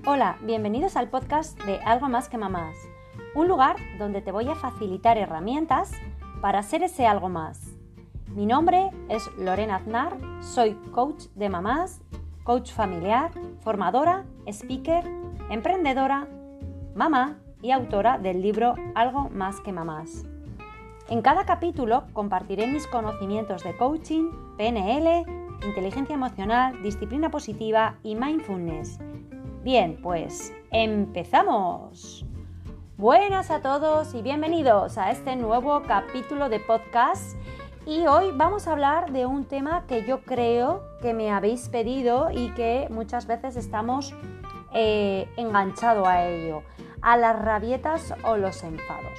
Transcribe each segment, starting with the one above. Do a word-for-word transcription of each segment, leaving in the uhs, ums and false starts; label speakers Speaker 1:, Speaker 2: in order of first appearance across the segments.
Speaker 1: Hola, bienvenidos al podcast de Algo Más que Mamás, un lugar donde te voy a facilitar herramientas para ser ese algo más. Mi nombre es Lorena Aznar, soy coach de mamás, coach familiar, formadora, speaker, emprendedora, mamá y autora del libro Algo Más que Mamás. En cada capítulo compartiré mis conocimientos de coaching, P N L, inteligencia emocional, disciplina positiva y mindfulness. Bien, pues empezamos. Buenas a todos y bienvenidos a este nuevo capítulo de podcast. Y hoy vamos a hablar de un tema que yo creo que me habéis pedido y que muchas veces estamos eh, enganchados a ello, a las rabietas o los enfados.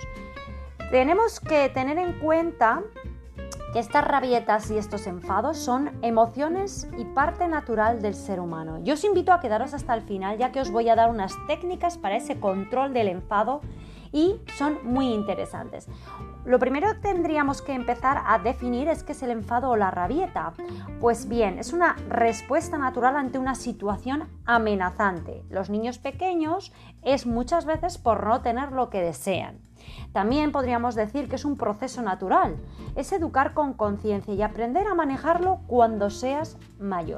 Speaker 1: Tenemos que tener en cuenta que estas rabietas y estos enfados son emociones y parte natural del ser humano. Yo os invito a quedaros hasta el final, ya que os voy a dar unas técnicas para ese control del enfado y son muy interesantes. Lo primero que tendríamos que empezar a definir es qué es el enfado o la rabieta. Pues bien, es una respuesta natural ante una situación amenazante. Los niños pequeños es muchas veces por no tener lo que desean. También podríamos decir que es un proceso natural, es educar con conciencia y aprender a manejarlo cuando seas mayor.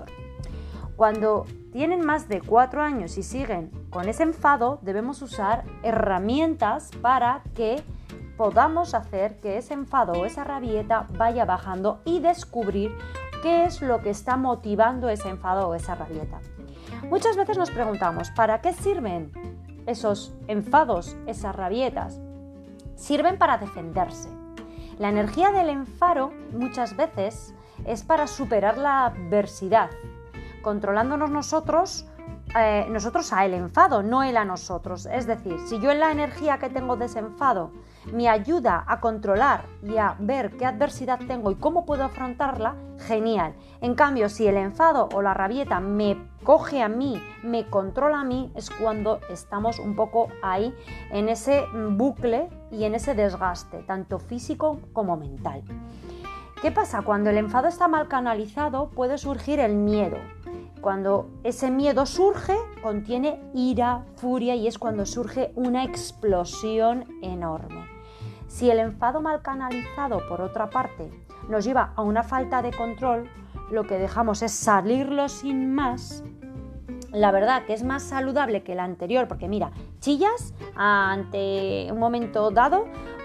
Speaker 1: Cuando tienen más de cuatro años y siguen con ese enfado, debemos usar herramientas para que podamos hacer que ese enfado o esa rabieta vaya bajando y descubrir qué es lo que está motivando ese enfado o esa rabieta. Muchas veces nos preguntamos, ¿para qué sirven esos enfados, esas rabietas? Sirven para defenderse. La energía del enfado muchas veces es para superar la adversidad, controlándonos nosotros, eh, nosotros a el enfado, no él a nosotros. Es decir, si yo en la energía que tengo de ese enfado me ayuda a controlar y a ver qué adversidad tengo y cómo puedo afrontarla, genial. En cambio, si el enfado o la rabieta me coge a mí, me controla a mí, es cuando estamos un poco ahí en ese bucle y en ese desgaste, tanto físico como mental. ¿Qué pasa? Cuando el enfado está mal canalizado, puede surgir el miedo. Cuando ese miedo surge, contiene ira, furia y es cuando surge una explosión enorme. Si el enfado mal canalizado, por otra parte, nos lleva a una falta de control, lo que dejamos es salirlo sin más. La verdad que es más saludable que el anterior, porque mira, chillas ante un momento dado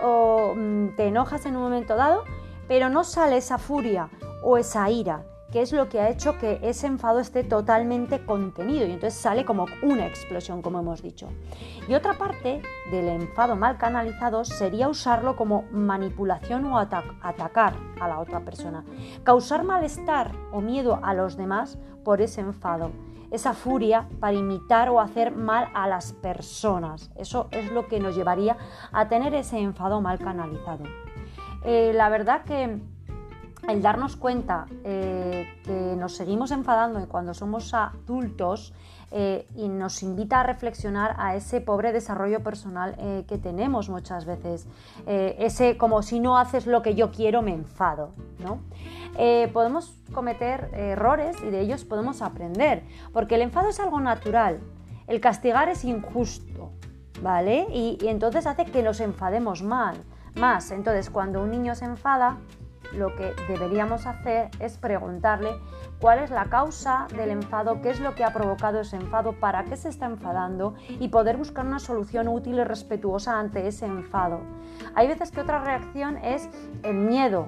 Speaker 1: o te enojas en un momento dado, pero no sale esa furia o esa ira, que es lo que ha hecho que ese enfado esté totalmente contenido y entonces sale como una explosión, como hemos dicho. Y otra parte del enfado mal canalizado sería usarlo como manipulación o ata- atacar a la otra persona, causar malestar o miedo a los demás por ese enfado, esa furia para imitar o hacer mal a las personas. Eso es lo que nos llevaría a tener ese enfado mal canalizado. Eh, la verdad que el darnos cuenta eh, que nos seguimos enfadando cuando somos adultos eh, y nos invita a reflexionar a ese pobre desarrollo personal eh, que tenemos muchas veces. Eh, ese como si no haces lo que yo quiero me enfado, ¿no? Eh, podemos cometer errores y de ellos podemos aprender, porque el enfado es algo natural. El castigar es injusto, ¿vale? Y, y entonces hace que nos enfademos mal, más. Entonces, cuando un niño se enfada, lo que deberíamos hacer es preguntarle cuál es la causa del enfado, qué es lo que ha provocado ese enfado, para qué se está enfadando y poder buscar una solución útil y respetuosa ante ese enfado. Hay veces que otra reacción es el miedo.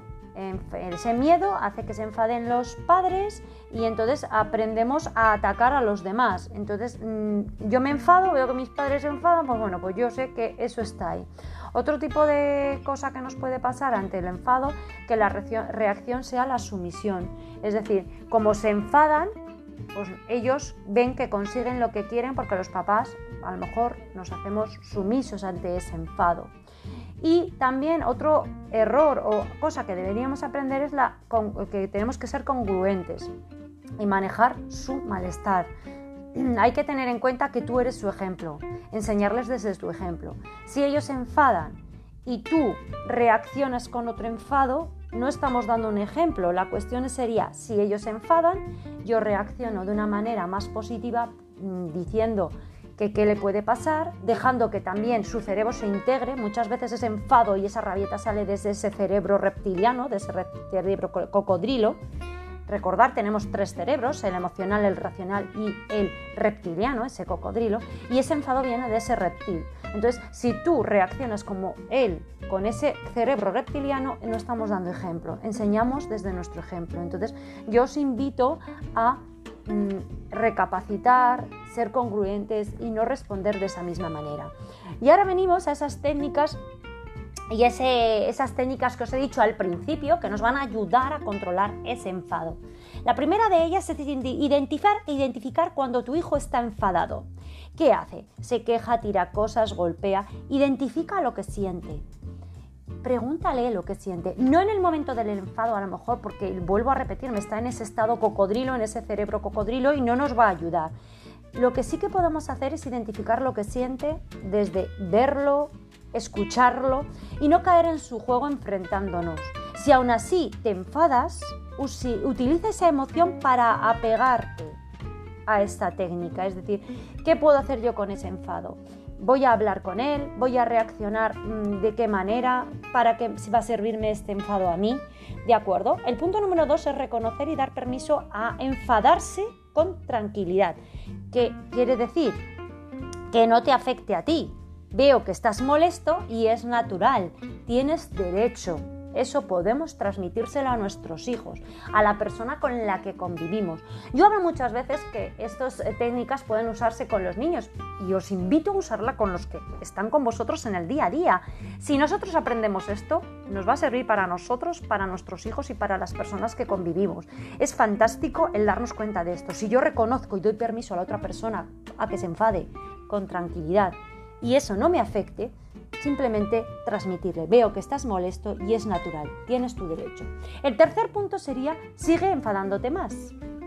Speaker 1: Ese miedo hace que se enfaden los padres y entonces aprendemos a atacar a los demás. Entonces yo me enfado, veo que mis padres se enfadan, pues bueno, pues yo sé que eso está ahí. Otro tipo de cosa que nos puede pasar ante el enfado, que la reacción sea la sumisión. Es decir, como se enfadan, pues ellos ven que consiguen lo que quieren porque los papás a lo mejor nos hacemos sumisos ante ese enfado. Y también otro error o cosa que deberíamos aprender es la, que tenemos que ser congruentes y manejar su malestar. Hay que tener en cuenta que tú eres su ejemplo, enseñarles desde tu ejemplo. Si ellos se enfadan y tú reaccionas con otro enfado, no estamos dando un ejemplo. La cuestión sería, si ellos se enfadan, yo reacciono de una manera más positiva diciendo que qué le puede pasar, dejando que también su cerebro se integre. Muchas veces ese enfado y esa rabieta sale desde ese cerebro reptiliano, de ese cerebro cocodrilo. Recordar, tenemos tres cerebros, el emocional, el racional y el reptiliano, ese cocodrilo, y ese enfado viene de ese reptil. Entonces, si tú reaccionas como él, con ese cerebro reptiliano, no estamos dando ejemplo, enseñamos desde nuestro ejemplo. Entonces, yo os invito a mm, recapacitar, ser congruentes y no responder de esa misma manera. Y ahora venimos a esas técnicas y ese, esas técnicas que os he dicho al principio, que nos van a ayudar a controlar ese enfado. La primera de ellas es identificar, identificar cuando tu hijo está enfadado. ¿Qué hace? Se queja, tira cosas, golpea. Identifica lo que siente. Pregúntale lo que siente. No en el momento del enfado, a lo mejor, porque vuelvo a repetirme, está en ese estado cocodrilo, en ese cerebro cocodrilo y no nos va a ayudar. Lo que sí que podemos hacer es identificar lo que siente desde verlo, escucharlo y no caer en su juego enfrentándonos. Si aún así te enfadas, utiliza esa emoción para apegarte a esta técnica. Es decir, ¿qué puedo hacer yo con ese enfado? Voy a hablar con él, voy a reaccionar mmm, de qué manera, para que va a servirme este enfado a mí, ¿de acuerdo? El punto número dos es reconocer y dar permiso a enfadarse con tranquilidad. ¿Qué quiere decir? Que no te afecte a ti. Veo que estás molesto y es natural, tienes derecho. Eso podemos transmitírselo a nuestros hijos, a la persona con la que convivimos. Yo hablo muchas veces que estas técnicas pueden usarse con los niños y os invito a usarla con los que están con vosotros en el día a día. Si nosotros aprendemos esto, nos va a servir para nosotros, para nuestros hijos y para las personas que convivimos. Es fantástico el darnos cuenta de esto. Si yo reconozco y doy permiso a la otra persona a que se enfade con tranquilidad y eso no me afecte, simplemente transmitirle, veo que estás molesto y es natural, tienes tu derecho. El tercer punto sería, sigue enfadándote más.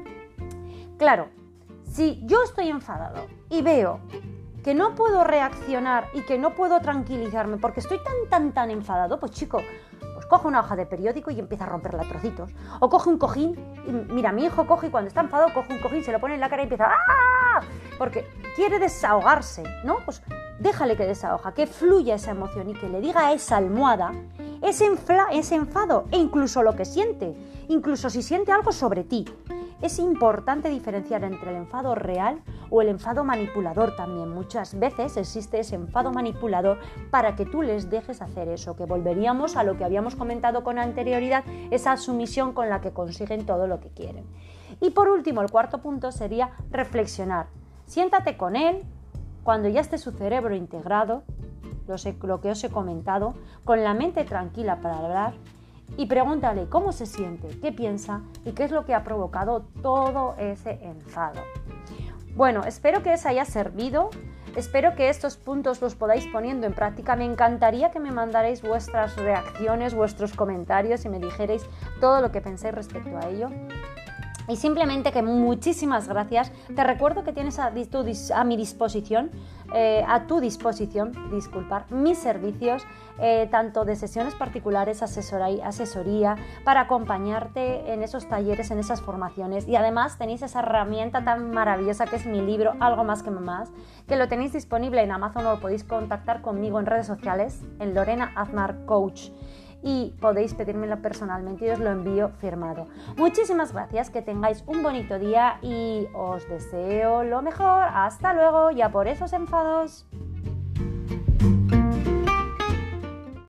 Speaker 1: Claro, si yo estoy enfadado y veo que no puedo reaccionar y que no puedo tranquilizarme porque estoy tan, tan, tan enfadado, pues chico, pues coge una hoja de periódico y empieza a romperla a trocitos. O coge un cojín, y mira, mi hijo coge y cuando está enfadado coge un cojín, se lo pone en la cara y empieza ¡ah! Porque quiere desahogarse, ¿no? Pues déjale que desahoga, que fluya esa emoción y que le diga a esa almohada ese, enfla, ese enfado e incluso lo que siente, incluso si siente algo sobre ti. Es importante diferenciar entre el enfado real o el enfado manipulador también. Muchas veces existe ese enfado manipulador para que tú les dejes hacer eso, que volveríamos a lo que habíamos comentado con anterioridad, esa sumisión con la que consiguen todo lo que quieren. Y por último, el cuarto punto sería reflexionar. Siéntate con él cuando ya esté su cerebro integrado, lo, sé, lo que os he comentado, con la mente tranquila para hablar, y pregúntale cómo se siente, qué piensa y qué es lo que ha provocado todo ese enfado. Bueno, espero que os haya servido, espero que estos puntos los podáis poniendo en práctica. Me encantaría que me mandarais vuestras reacciones, vuestros comentarios y me dijerais todo lo que pensáis respecto a ello. Y simplemente que muchísimas gracias. Te recuerdo que tienes a, tu, a mi disposición, eh, a tu disposición, disculpar, mis servicios, eh, tanto de sesiones particulares, asesoría, asesoría, para acompañarte en esos talleres, en esas formaciones. Y además tenéis esa herramienta tan maravillosa que es mi libro, Algo Más que Mamás, que lo tenéis disponible en Amazon o lo podéis contactar conmigo en redes sociales, en Lorena Aznar Coach. Y podéis pedírmelo personalmente y os lo envío firmado. Muchísimas gracias, que tengáis un bonito día y os deseo lo mejor. Hasta luego, ya por esos enfados.